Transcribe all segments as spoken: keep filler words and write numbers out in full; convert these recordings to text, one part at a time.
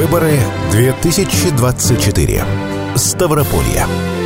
Выборы две тысячи двадцать четыре. Ставрополье.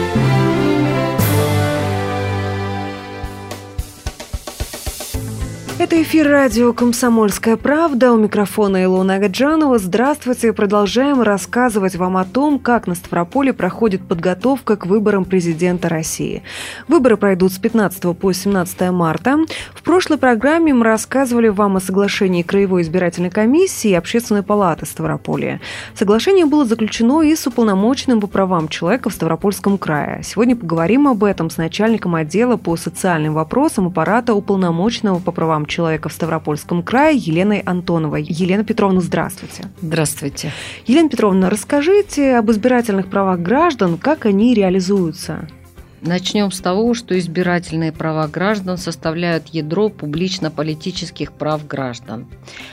Это эфир радио «Комсомольская правда». У микрофона Илона Агаджанова. Здравствуйте. Продолжаем рассказывать вам о том, как на Ставрополье проходит подготовка к выборам президента России. Выборы пройдут с пятнадцатого по семнадцатое марта. В прошлой программе мы рассказывали вам о соглашении Краевой избирательной комиссии и Общественной палаты Ставрополья. Соглашение было заключено и с уполномоченным по правам человека в Ставропольском крае. Сегодня поговорим об этом с начальником отдела по социальным вопросам аппарата уполномоченного по правам человека в Ставропольском крае Еленой Антоновой. Елена Петровна, здравствуйте. Здравствуйте. Елена Петровна, расскажите об избирательных правах граждан, как они реализуются. Начнем с того, что избирательные права граждан составляют ядро публично-политических прав граждан.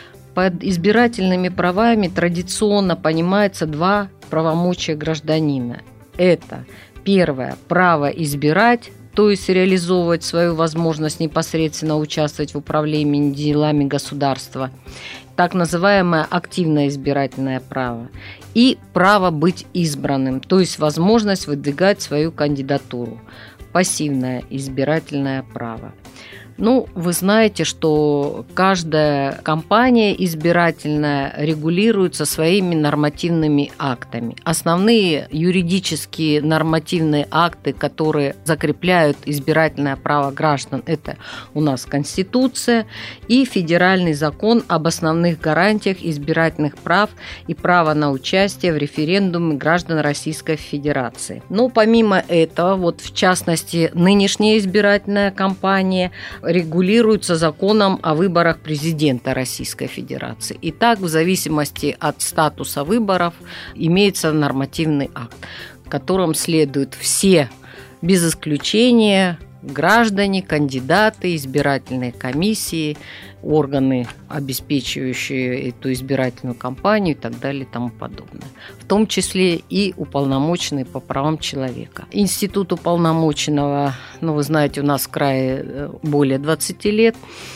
Под избирательными правами традиционно понимается два правомочия гражданина. Это первое – право избирать, то есть реализовывать свою возможность непосредственно участвовать в управлении делами государства, так называемое активное избирательное право, и право быть избранным, то есть возможность выдвигать свою кандидатуру, пассивное избирательное право. Ну, вы знаете, что каждая кампания избирательная регулируется своими нормативными актами. Основные юридические нормативные акты, которые закрепляют избирательное право граждан, это у нас Конституция и Федеральный закон об основных гарантиях избирательных прав и права на участие в референдуме граждан Российской Федерации. Но помимо этого, вот в частности, нынешняя избирательная кампания регулируется законом о выборах президента Российской Федерации. И так, в зависимости от статуса выборов, имеется нормативный акт, в котором следуют все, без исключения, граждане, кандидаты, избирательные комиссии, органы, обеспечивающие эту избирательную кампанию и так далее и тому подобное. В том числе и уполномоченный по правам человека. Институт уполномоченного, ну, вы знаете, у нас в крае более двадцать лет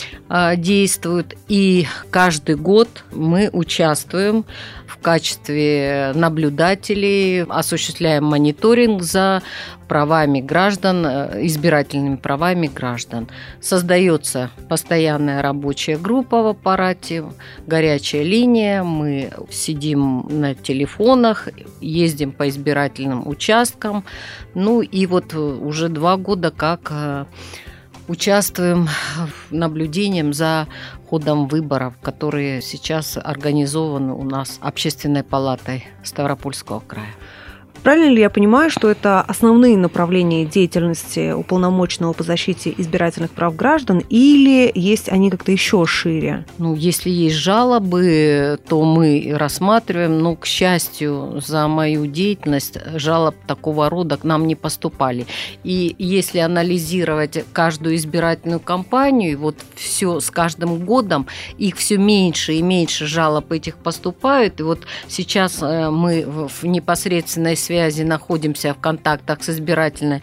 действует, и каждый год мы участвуем в качестве наблюдателей, осуществляем мониторинг за правами граждан, избирательными правами граждан. Создается постоянная рабочая группа в аппарате, горячая линия, мы сидим на телефонах, ездим по избирательным участкам. Ну и вот уже два года как участвуем в наблюдении за ходом выборов, которые сейчас организованы у нас Общественной палатой Ставропольского края. Правильно ли я понимаю, что это основные направления деятельности уполномоченного по защите избирательных прав граждан, или есть они как-то еще шире? Ну, если есть жалобы, то мы рассматриваем, но, к счастью, за мою деятельность жалоб такого рода к нам не поступали. И если анализировать каждую избирательную кампанию, вот все с каждым годом их все меньше и меньше жалоб этих поступают. И вот сейчас мы в непосредственной связи связи находимся в контактах с избирательной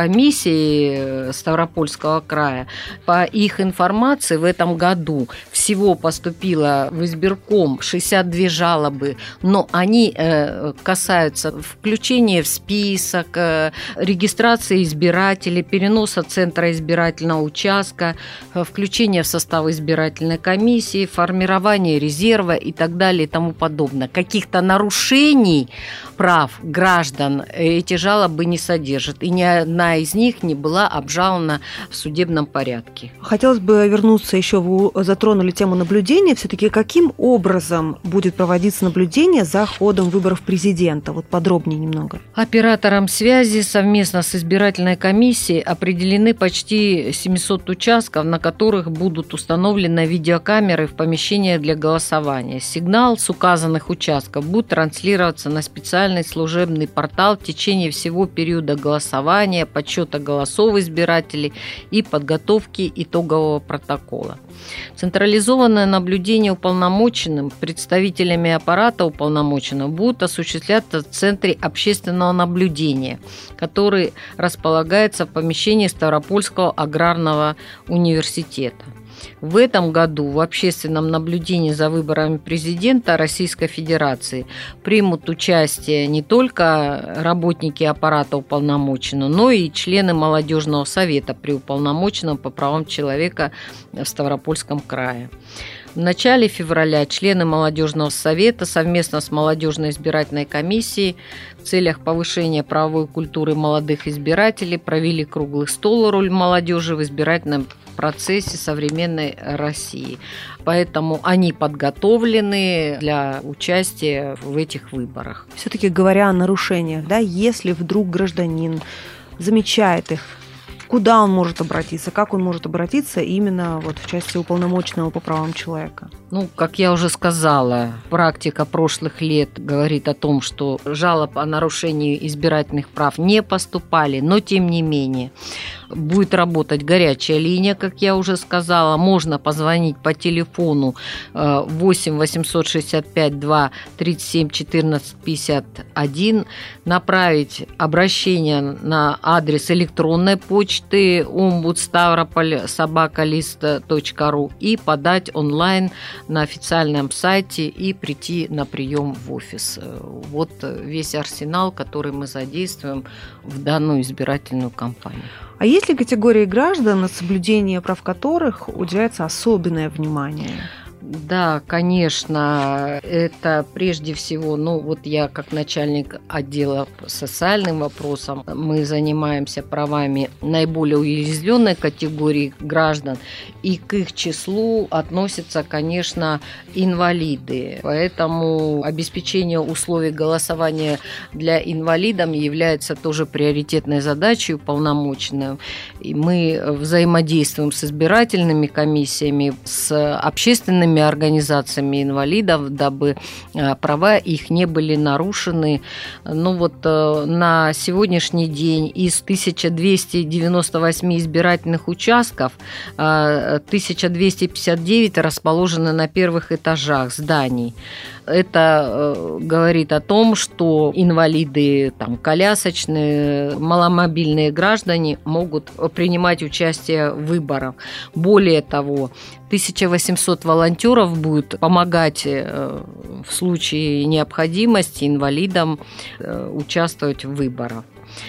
комиссией Ставропольского края. По их информации, в этом году всего поступило в избирком шестьдесят две жалобы, но они касаются включения в список, регистрации избирателей, переноса центра избирательного участка, включения в состав избирательной комиссии, формирования резерва и так далее и тому подобное. Каких-то нарушений прав граждан эти жалобы не содержат, и ни одна из них не была обжалована в судебном порядке. Хотелось бы вернуться еще, вы затронули тему наблюдения. Все-таки каким образом будет проводиться наблюдение за ходом выборов президента? Вот подробнее немного. Оператором связи совместно с избирательной комиссией определены почти семьсот участков, на которых будут установлены видеокамеры в помещениях для голосования. Сигнал с указанных участков будет транслироваться на специальный служебный портал в течение всего периода голосования, подсчета голосов избирателей и подготовки итогового протокола. Централизованное наблюдение уполномоченным представителями аппарата уполномоченного будет осуществляться в Центре общественного наблюдения, который располагается в помещении Ставропольского аграрного университета. В этом году в общественном наблюдении за выборами президента Российской Федерации примут участие не только работники аппарата уполномоченного, но и члены молодежного совета при уполномоченном по правам человека в Ставропольском крае. В начале февраля члены молодежного совета совместно с молодежной избирательной комиссией в целях повышения правовой культуры молодых избирателей провели круглый стол «Роль молодежи в избирательном процессе современной России». Поэтому они подготовлены для участия в этих выборах. Все-таки говоря о нарушениях, да, если вдруг гражданин замечает их, куда он может обратиться, как он может обратиться именно вот в части уполномоченного по правам человека? Ну, как я уже сказала, практика прошлых лет говорит о том, что жалоб о нарушении избирательных прав не поступали, но тем не менее будет работать горячая линия, как я уже сказала. Можно позвонить по телефону восемь восемьсот шестьдесят пять два тридцать семь четырнадцать пятьдесят один, направить обращение на адрес электронной почты омбуд ставрополь собака лист точка ру и подать онлайн на официальном сайте и прийти на прием в офис. Вот весь арсенал, который мы задействуем в данную избирательную кампанию. А есть ли категории граждан, на соблюдение прав которых уделяется особенное внимание? Да, конечно, это прежде всего, ну вот я как начальник отдела по социальным вопросам, мы занимаемся правами наиболее уязвленной категории граждан, и к их числу относятся, конечно, инвалиды. Поэтому обеспечение условий голосования для инвалидов является тоже приоритетной задачей уполномоченным. И мы взаимодействуем с избирательными комиссиями, с общественными организациями инвалидов, дабы права их не были нарушены. Ну вот на сегодняшний день из тысяча двести девяносто восемь избирательных участков тысяча двести пятьдесят девять расположены на первых этажах зданий. Это э, говорит о том, что инвалиды, там, колясочные, маломобильные граждане могут принимать участие в выборах. Более того, тысяча восемьсот волонтеров будет помогать э, в случае необходимости инвалидам э, участвовать в выборах.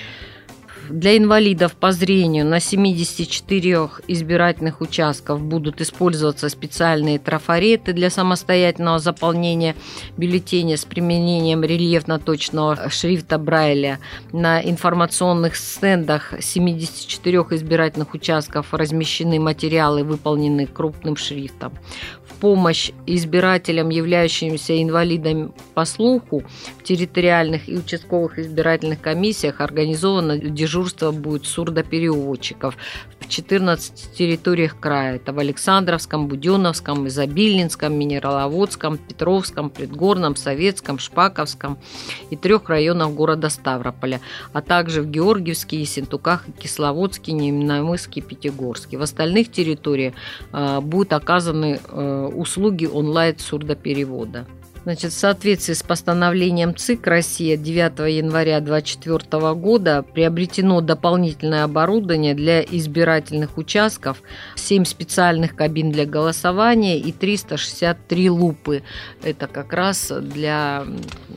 Для инвалидов по зрению на семидесяти четырёх избирательных участках будут использоваться специальные трафареты для самостоятельного заполнения бюллетеня с применением рельефно-точного шрифта Брайля. На информационных стендах семидесяти четырёх избирательных участков размещены материалы, выполненные крупным шрифтом. В помощь избирателям, являющимся инвалидами по слуху, в территориальных и участковых избирательных комиссиях организовано дежурство будет сурдопереводчиков в четырнадцати территориях края. Это в Александровском, Буденновском, Изобильнинском, Минераловодском, Петровском, Предгорном, Советском, Шпаковском и трех районах города Ставрополя, а также в Георгиевске, Ессентуках, Кисловодске, Невинномысске, Пятигорске. В остальных территориях э, будут оказаны э, услуги онлайн-сурдоперевода. Значит, в соответствии с постановлением ЦИК России от девятого января две тысячи двадцать четвёртого года приобретено дополнительное оборудование для избирательных участков, семь специальных кабин для голосования и триста шестьдесят три лупы. Это как раз для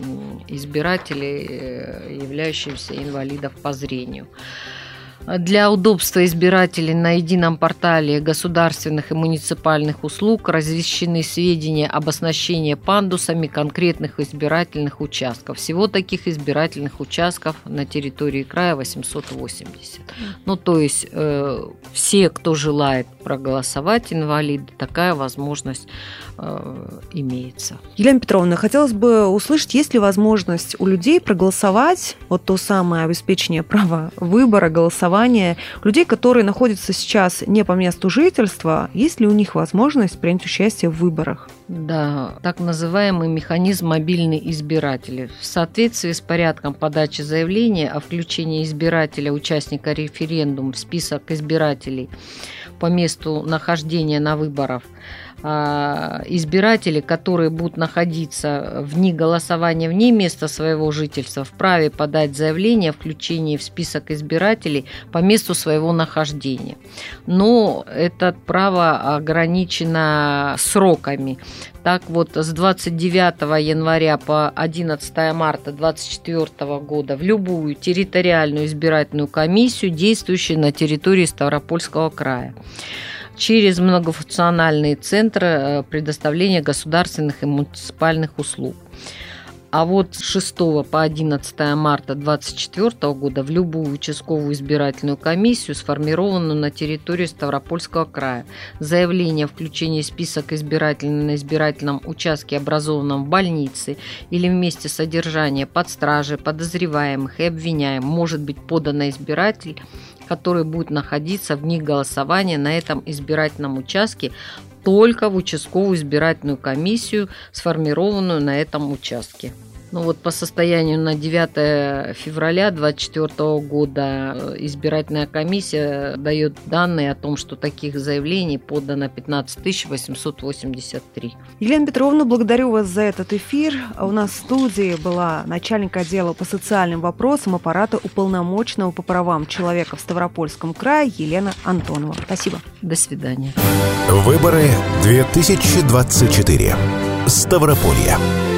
избирателей, являющихся инвалидов по зрению. Для удобства избирателей на едином портале государственных и муниципальных услуг размещены сведения об оснащении пандусами конкретных избирательных участков. Всего таких избирательных участков на территории края восемьсот восемьдесят. Ну, то есть э, все, кто желает проголосовать, инвалиды, такая возможность э, имеется. Елена Петровна, хотелось бы услышать, есть ли возможность у людей проголосовать, вот то самое обеспечение права выбора, голосования, людей, которые находятся сейчас не по месту жительства, есть ли у них возможность принять участие в выборах? Да, так называемый механизм мобильный избиратель. В соответствии с порядком подачи заявления о включении избирателя, участника референдума в список избирателей по месту нахождения на выборах, избиратели, которые будут находиться в дни голосования вне места своего жительства, вправе подать заявление о включении в список избирателей по месту своего нахождения. Но это право ограничено сроками. Так вот, с двадцать девятого января по одиннадцатого марта две тысячи двадцать четвёртого года в любую территориальную избирательную комиссию, действующую на территории Ставропольского края, через многофункциональные центры предоставления государственных и муниципальных услуг. А вот с шестого по одиннадцатого марта две тысячи двадцать четвёртого года в любую участковую избирательную комиссию, сформированную на территории Ставропольского края, заявление о включении в список избирателей на избирательном участке, образованном в больнице или в месте содержания под стражей, подозреваемых и обвиняемых, может быть подано избиратель, который будет находиться в дни голосования на этом избирательном участке, только в участковую избирательную комиссию, сформированную на этом участке. Ну вот по состоянию на девятое февраля две тысячи двадцать четвёртого года избирательная комиссия дает данные о том, что таких заявлений подано пятнадцать тысяч восемьсот восемьдесят три. Елена Петровна, благодарю вас за этот эфир. У нас в студии была начальник отдела по социальным вопросам аппарата уполномоченного по правам человека в Ставропольском крае Елена Антонова. Спасибо. До свидания. Выборы две тысячи двадцать четыре. Ставрополье.